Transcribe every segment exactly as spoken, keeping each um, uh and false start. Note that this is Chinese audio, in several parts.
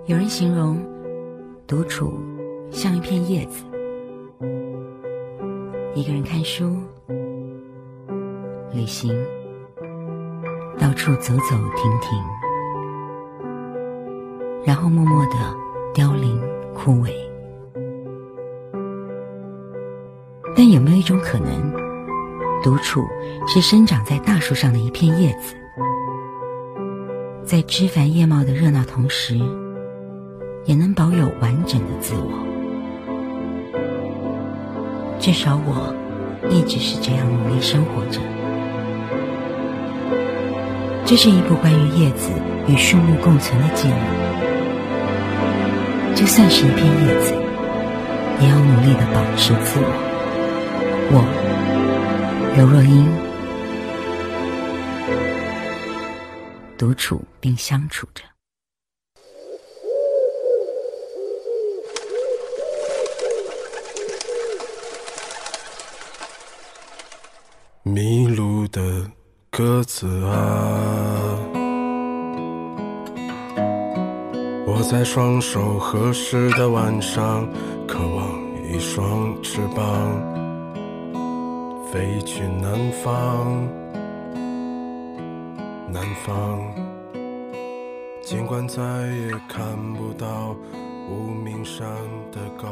有人形容独处像一片叶子，一个人看书、旅行，到处走走停停，然后默默地凋零枯萎。但有没有一种可能，独处是生长在大树上的一片叶子，在枝繁叶茂的热闹同时，也能保有完整的自我？至少我一直是这样努力生活着。这是一部关于叶子与树木共存的记录。就算是一片叶子，也要努力地保持自我。我刘若英，独处并相处着。 迷路的鸽子啊，我在双手合十的晚上，渴望一双翅膀，飞去南方，南方，尽管再也看不到无名山的高。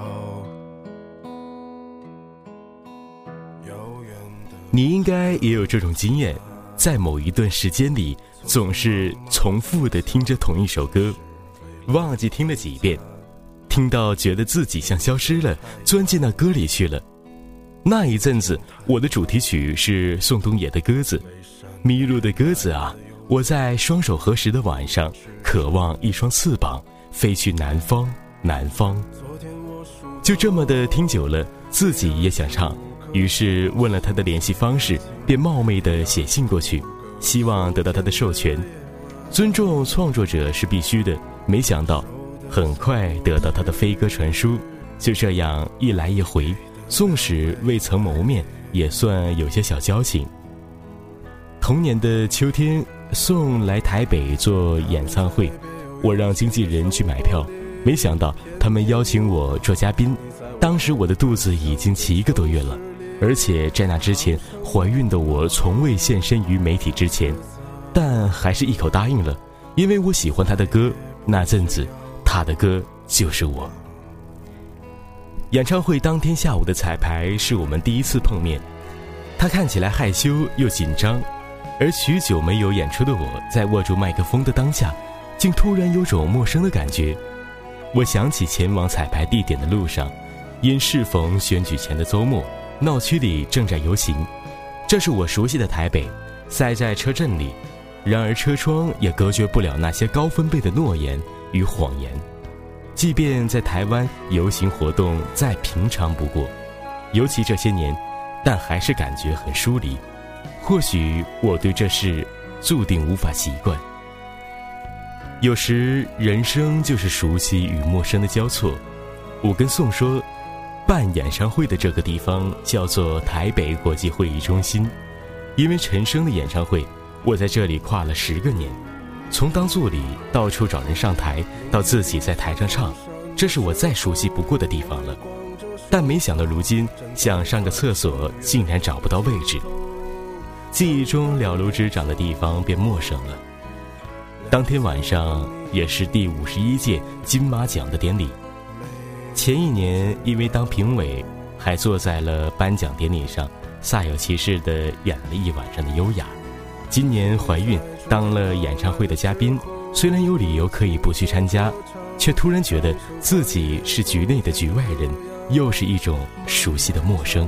你应该也有这种经验，在某一段时间里，总是重复地听着同一首歌，忘记听了几遍，听到觉得自己像消失了，钻进那歌里去了。那一阵子，我的主题曲是宋冬野的《鸽子》，迷路的鸽子啊，我在双手合十的晚上，渴望一双翅膀，飞去南方，南方。就这么的听久了，自己也想唱，于是问了他的联系方式，便冒昧地写信过去，希望得到他的授权。尊重创作者是必须的，没想到很快得到他的飞鸽传书。就这样一来一回，纵使未曾谋面，也算有些小交情。同年的秋天，宋来台北做演唱会，我让经纪人去买票，没想到他们邀请我做嘉宾。当时我的肚子已经七个多月了，而且在那之前，怀孕的我从未现身于媒体之前，但还是一口答应了，因为我喜欢他的歌，那阵子他的歌就是我。演唱会当天下午的彩排是我们第一次碰面，他看起来害羞又紧张，而许久没有演出的我，在握住麦克风的当下，竟突然有种陌生的感觉。我想起前往彩排地点的路上，因适逢选举前的周末，闹区里正在游行，这是我熟悉的台北，塞在车阵里，然而车窗也隔绝不了那些高分贝的诺言与谎言。即便在台湾游行活动再平常不过，尤其这些年，但还是感觉很疏离。或许我对这事注定无法习惯。有时人生就是熟悉与陌生的交错。我跟宋说，办演唱会的这个地方叫做台北国际会议中心，因为陈升的演唱会，我在这里跨了十个年，从当助理到处找人上台，到自己在台上唱，这是我再熟悉不过的地方了。但没想到如今想上个厕所竟然找不到位置，记忆中了如指掌的地方便陌生了。当天晚上也是第五十一届金马奖的典礼，前一年因为当评委，还坐在了颁奖典礼上，煞有其事地演了一晚上的优雅。今年怀孕当了演唱会的嘉宾，虽然有理由可以不去参加，却突然觉得自己是局内的局外人，又是一种熟悉的陌生。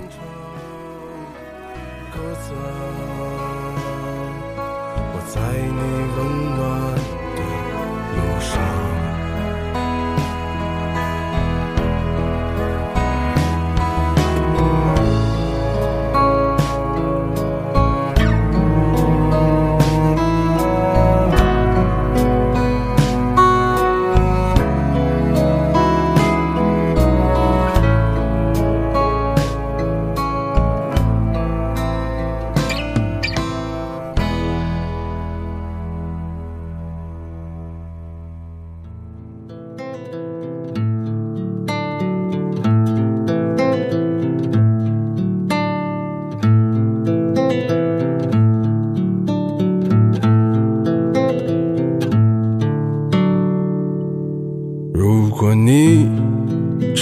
我在你温暖的路上，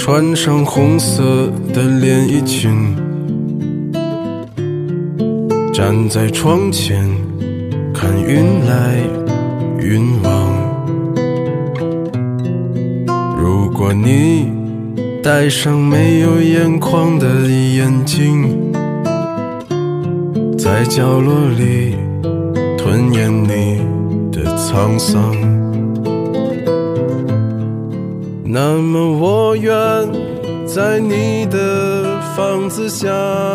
穿上红色的连衣裙，站在窗前看云来云往。如果你戴上没有眼眶的眼睛，在角落里吞咽你的沧桑，那么我愿在你的房子下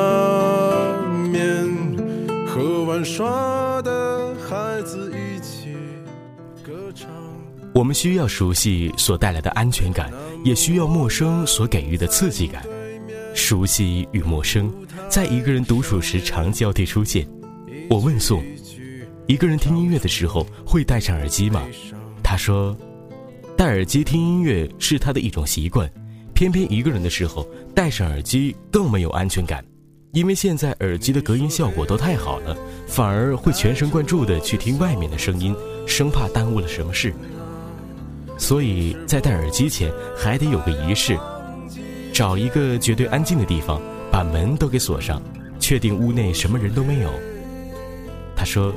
面，和玩耍的孩子一起歌唱。 我们需要熟悉所带来的安全感，也需要陌生所给予的刺激感。熟悉与陌生在一个人独处时常交替出现。我问宋，一个人听音乐的时候会戴上耳机吗？他说，戴耳机听音乐是他的一种习惯，偏偏一个人的时候戴上耳机更没有安全感，因为现在耳机的隔音效果都太好了，反而会全神贯注地去听外面的声音，生怕耽误了什么事。所以在戴耳机前还得有个仪式，找一个绝对安静的地方，把门都给锁上，确定屋内什么人都没有。他说，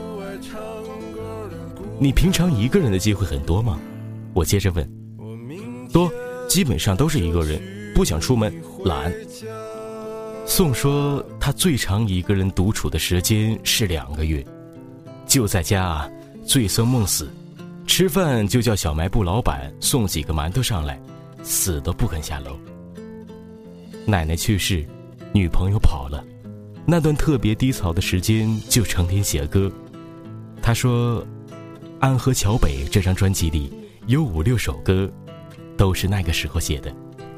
你平常一个人的机会很多吗？我接着问。多，基本上都是一个人，不想出门，懒。宋说他最长一个人独处的时间是两个月，就在家啊，醉生梦死，吃饭就叫小卖部老板送几个馒头上来，死都不肯下楼。奶奶去世，女朋友跑了，那段特别低潮的时间就成天写歌。他说，《安河桥北》这张专辑里有五六首歌都是那个时候写的。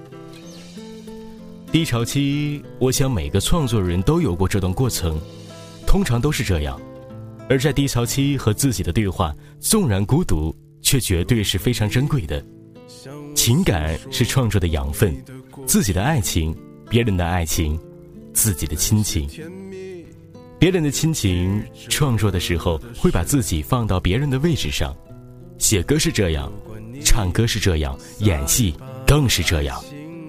低潮期，我想每个创作人都有过这段过程，通常都是这样。而在低潮期和自己的对话，纵然孤独，却绝对是非常珍贵的。情感是创作的养分，自己的爱情，别人的爱情，自己的亲情。别人的亲情，创作的时候会把自己放到别人的位置上，写歌是这样，唱歌是这样，演戏更是这样。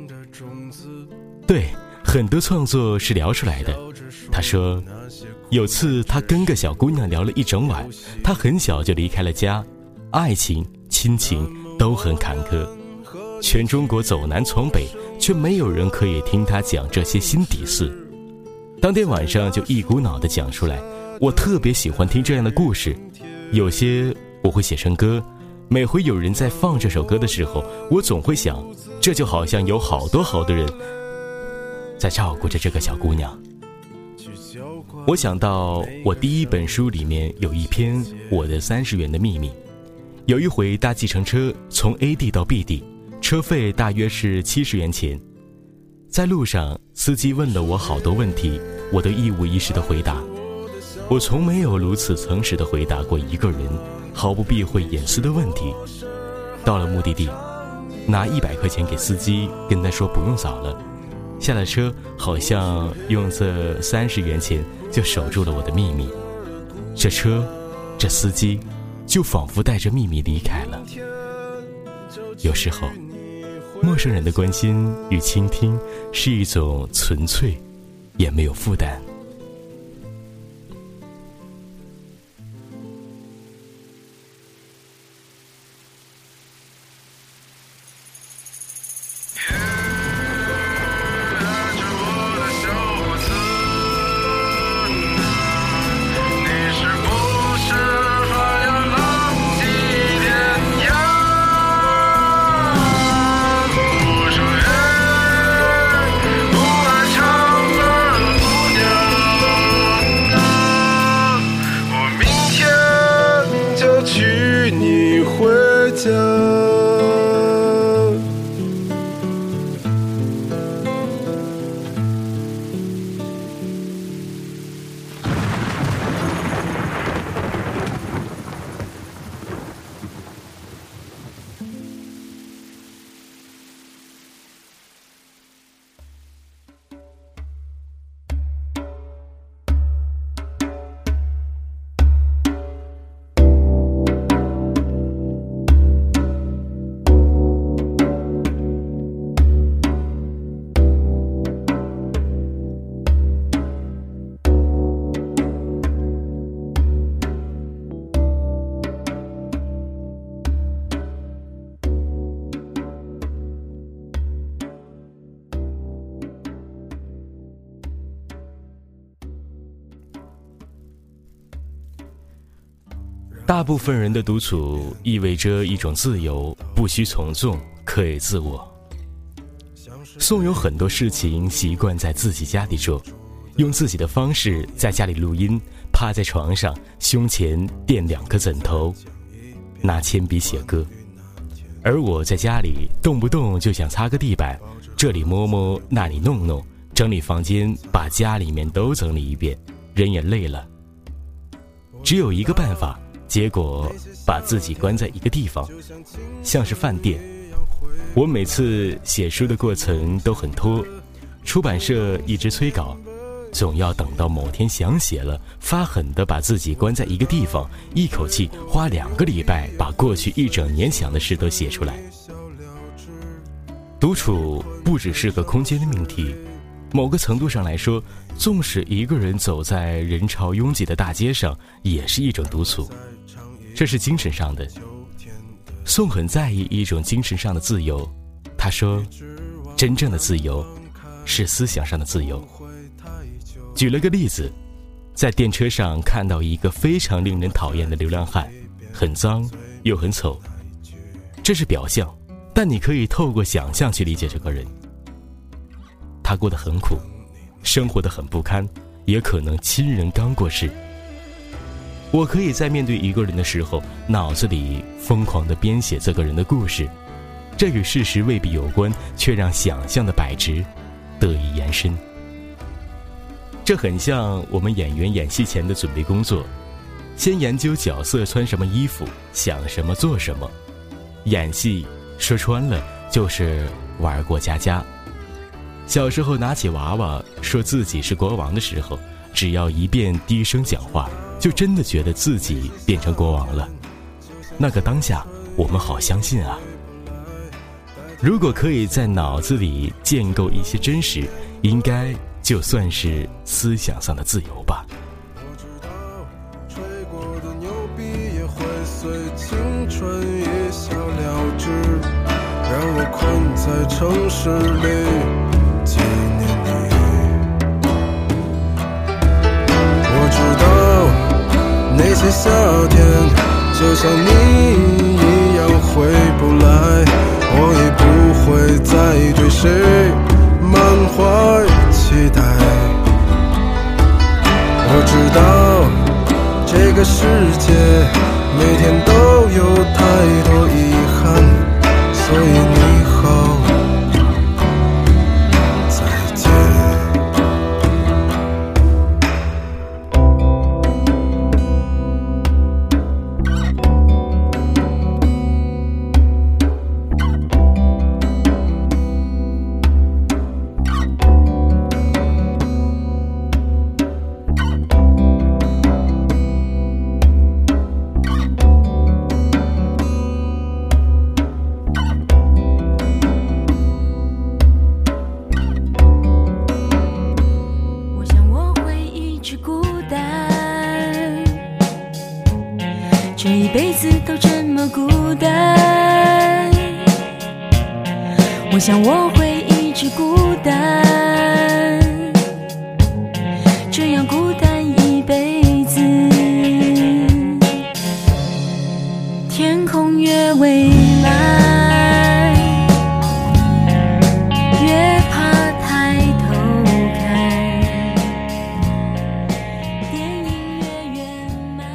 对，很多创作是聊出来的。他说，有次他跟个小姑娘聊了一整晚，他很小就离开了家，爱情亲情都很坎坷，全中国走南闯北，却没有人可以听他讲这些心底事。当天晚上就一股脑地讲出来。我特别喜欢听这样的故事，有些我会写成歌，每回有人在放这首歌的时候，我总会想，这就好像有好多好多人在照顾着这个小姑娘。我想到我第一本书里面有一篇我的三十元的秘密。有一回搭计程车从 A 地到 B 地，车费大约是七十元钱。在路上，司机问了我好多问题，我都一五一十的回答。我从没有如此诚实的回答过一个人，毫不避讳隐私的问题。到了目的地，拿一百块钱给司机，跟他说不用扫了。下了车，好像用这三十元钱就守住了我的秘密。这车，这司机，就仿佛带着秘密离开了。有时候，陌生人的关心与倾听是一种纯粹，也没有负担。 不爱唱歌的姑娘大部分人的独处意味着一种自由，不需从众，可以自我。宋有很多事情习惯在自己家里做，用自己的方式在家里录音，趴在床上，胸前垫两个枕头，拿铅笔写歌。而我在家里动不动就想擦个地板，这里摸摸那里弄弄，整理房间，把家里面都整理一遍，人也累了。只有一个办法，结果把自己关在一个地方，像是饭店。我每次写书的过程都很拖，出版社一直催稿，总要等到某天想写了，发狠地把自己关在一个地方，一口气花两个礼拜把过去一整年想的事都写出来。独处不只是个空间的命题，某个程度上来说，纵使一个人走在人潮拥挤的大街上，也是一种独处，这是精神上的。宋很在意一种精神上的自由，他说，真正的自由是思想上的自由。举了个例子，在电车上看到一个非常令人讨厌的流浪汉，很脏又很丑，这是表象，但你可以透过想象去理解这个人。他过得很苦，生活得很不堪，也可能亲人刚过世。我可以在面对一个人的时候，脑子里疯狂地编写这个人的故事，这与事实未必有关，却让想象的摆值得以延伸。这很像我们演员演戏前的准备工作，先研究角色穿什么衣服，想什么做什么。演戏说穿了就是玩过家家。小时候拿起娃娃说自己是国王的时候，只要一遍低声讲话，就真的觉得自己变成国王了。那个当下我们好相信啊。如果可以在脑子里建构一些真实，应该就算是思想上的自由吧。 我知道吹过的牛逼也会随青春一笑了之，让我困在城市里纪念你。我知道那些夏天就像你一样回不来，我也不会再对谁满怀期待。我知道这个世界每天都有太多遗憾，所以你好再见。 这一辈子都这么孤单，我想我会一直孤单，这样孤单一辈子。天空越蔚蓝，越怕抬头看，电影越圆满，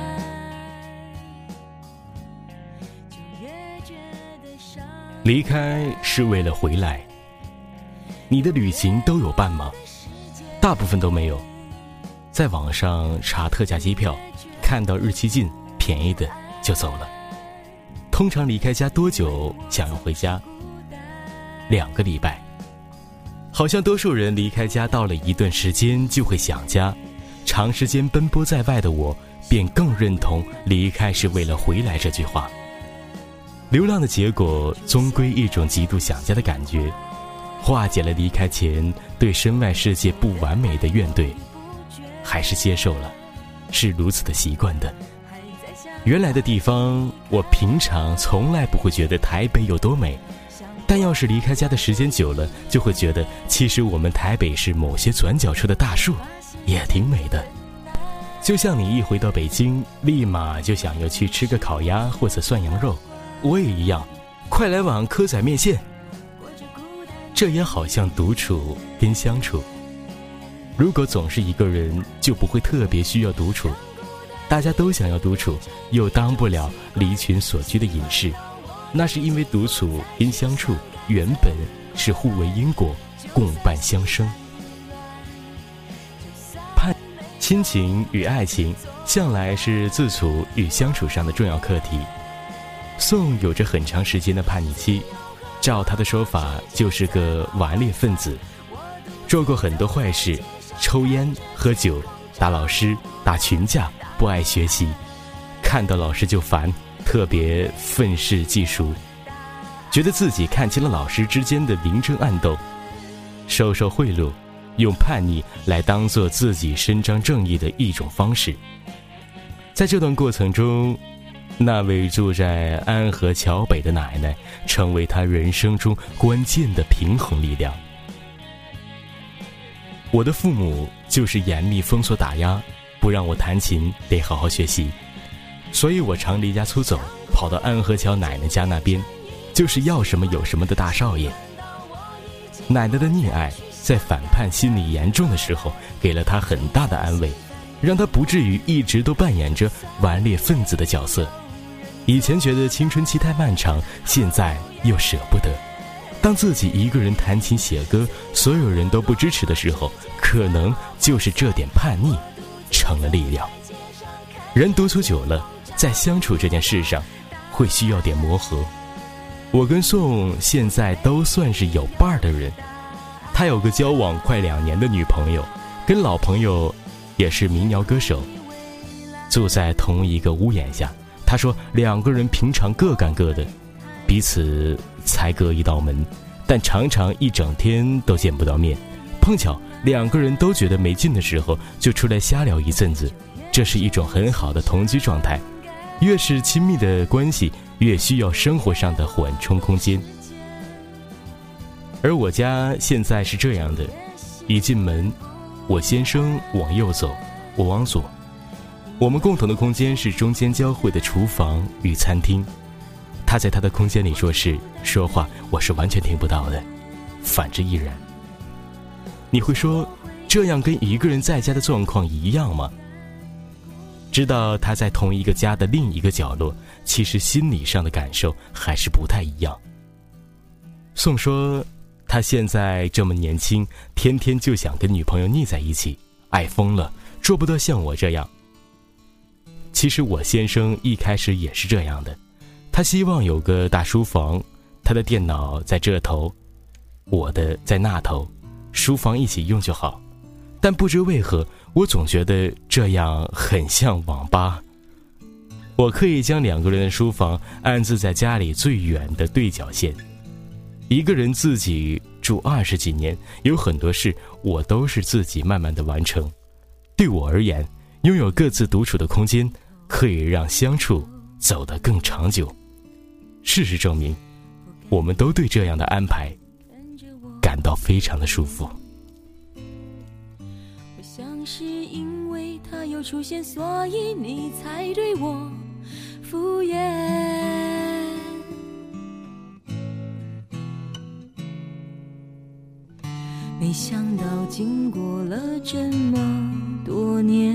就越觉得伤。 离开是为了回来。你的旅行都有伴吗？大部分都没有。在网上查特价机票，看到日期近便宜的就走了。通常离开家多久想要回家？两个礼拜。好像多数人离开家到了一段时间就会想家，长时间奔波在外的我便更认同离开是为了回来这句话。流浪的结果终归一种极度想家的感觉，化解了离开前对身外世界不完美的怨怼，还是接受了，是如此的习惯的。原来的地方我平常从来不会觉得台北有多美，但要是离开家的时间久了，就会觉得其实我们台北市某些转角处的大树也挺美的。 就像你一回到北京，立马就想要去吃个烤鸭或者涮羊肉，我也一样，快来碗蚵仔面线。这也好像独处跟相处，如果总是一个人，就不会特别需要独处。大家都想要独处，又当不了离群所居的隐士，那是因为独处跟相处原本是互为因果，共伴相生。叛亲情与爱情向来是自处与相处上的重要课题。宋有着很长时间的叛逆期，照他的说法就是个顽劣分子，做过很多坏事，抽烟喝酒，打老师，打群架，不爱学习，看到老师就烦，特别愤世嫉俗，觉得自己看清了老师之间的明争暗斗，收受贿赂，用叛逆来当做自己伸张正义的一种方式。在这段过程中，那位住在安河桥北的奶奶成为他人生中关键的平衡力量。我的父母就是严密封锁打压，不让我弹琴，得好好学习，所以我常离家出走，跑到安河桥奶奶家那边，就是要什么有什么的大少爷。奶奶的溺爱在反叛心理严重的时候给了他很大的安慰，让他不至于一直都扮演着顽劣分子的角色。以前觉得青春期太漫长，现在又舍不得。当自己一个人弹琴写歌，所有人都不支持的时候，可能就是这点叛逆成了力量。人独处久了，在相处这件事上会需要点磨合。我跟宋现在都算是有伴儿的人，他有个交往快两年的女朋友，跟老朋友也是民谣歌手，住在同一个屋檐下。他说两个人平常各干各的，彼此才隔一道门，但常常一整天都见不到面。碰巧两个人都觉得没劲的时候，就出来瞎聊一阵子，这是一种很好的同居状态。越是亲密的关系，越需要生活上的缓冲空间。而我家现在是这样的，一进门，我先生往右走，我往左。我们共同的空间是中间交汇的厨房与餐厅，他在他的空间里做事说话，我是完全听不到的，反之亦然。你会说这样跟一个人在家的状况一样吗？知道他在同一个家的另一个角落，其实心理上的感受还是不太一样。宋说他现在这么年轻，天天就想跟女朋友腻在一起，爱疯了，做不到像我这样。其实我先生一开始也是这样的，他希望有个大书房，他的电脑在这头，我的在那头，书房一起用就好。但不知为何，我总觉得这样很像网吧。我可以将两个人的书房安置在家里最远的对角线。一个人自己住二十几年，有很多事我都是自己慢慢的完成。对我而言，拥有各自独处的空间，可以让相处走得更长久。事实证明，我们都对这样的安排感到非常的舒服。 我想是因为他有出现，所以你才对我敷衍。没想到经过了这么多年，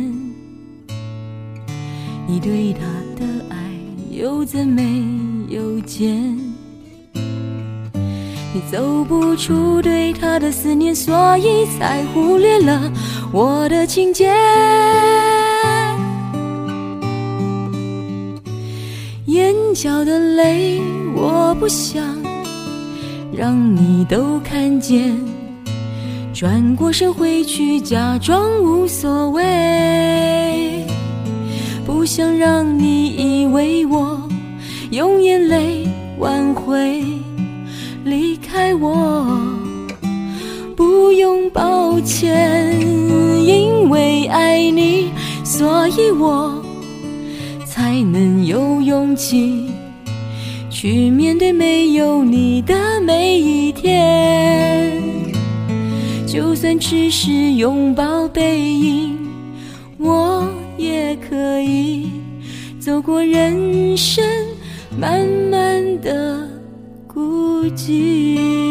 你对他的爱又怎没有减？你走不出对他的思念，所以才忽略了我的情节。眼角的泪我不想让你都看见，转过身回去假装无所谓，不想让你以为我用眼泪挽回离开我。不用抱歉，因为爱你，所以我才能有勇气去面对没有你的每一天。就算只是拥抱背影，我也也可以走过人生漫漫的孤寂。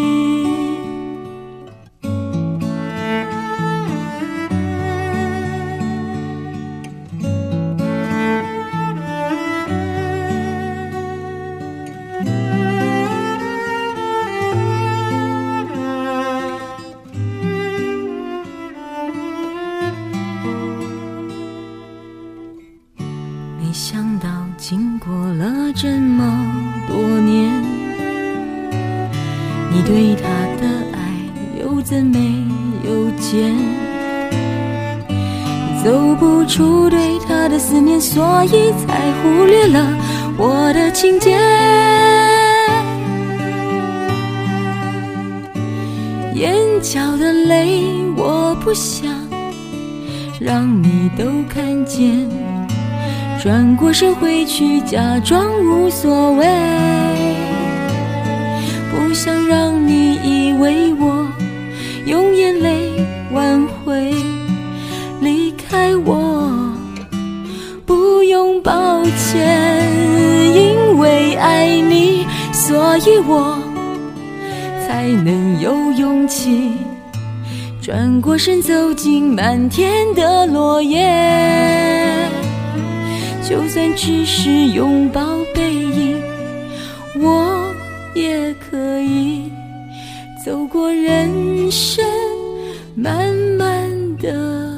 没想到经过了这么多年，你对他的爱又怎没有减？走不出对他的思念，所以才忽略了我的情节。眼角的泪我不想让你都看见，转过身回去假装无所谓，不想让你以为我用眼泪挽回离开我。不用抱歉，因为爱你，所以我才能有勇气转过身走进满天的落叶。就算只是拥抱背影，我也可以走过人生漫漫的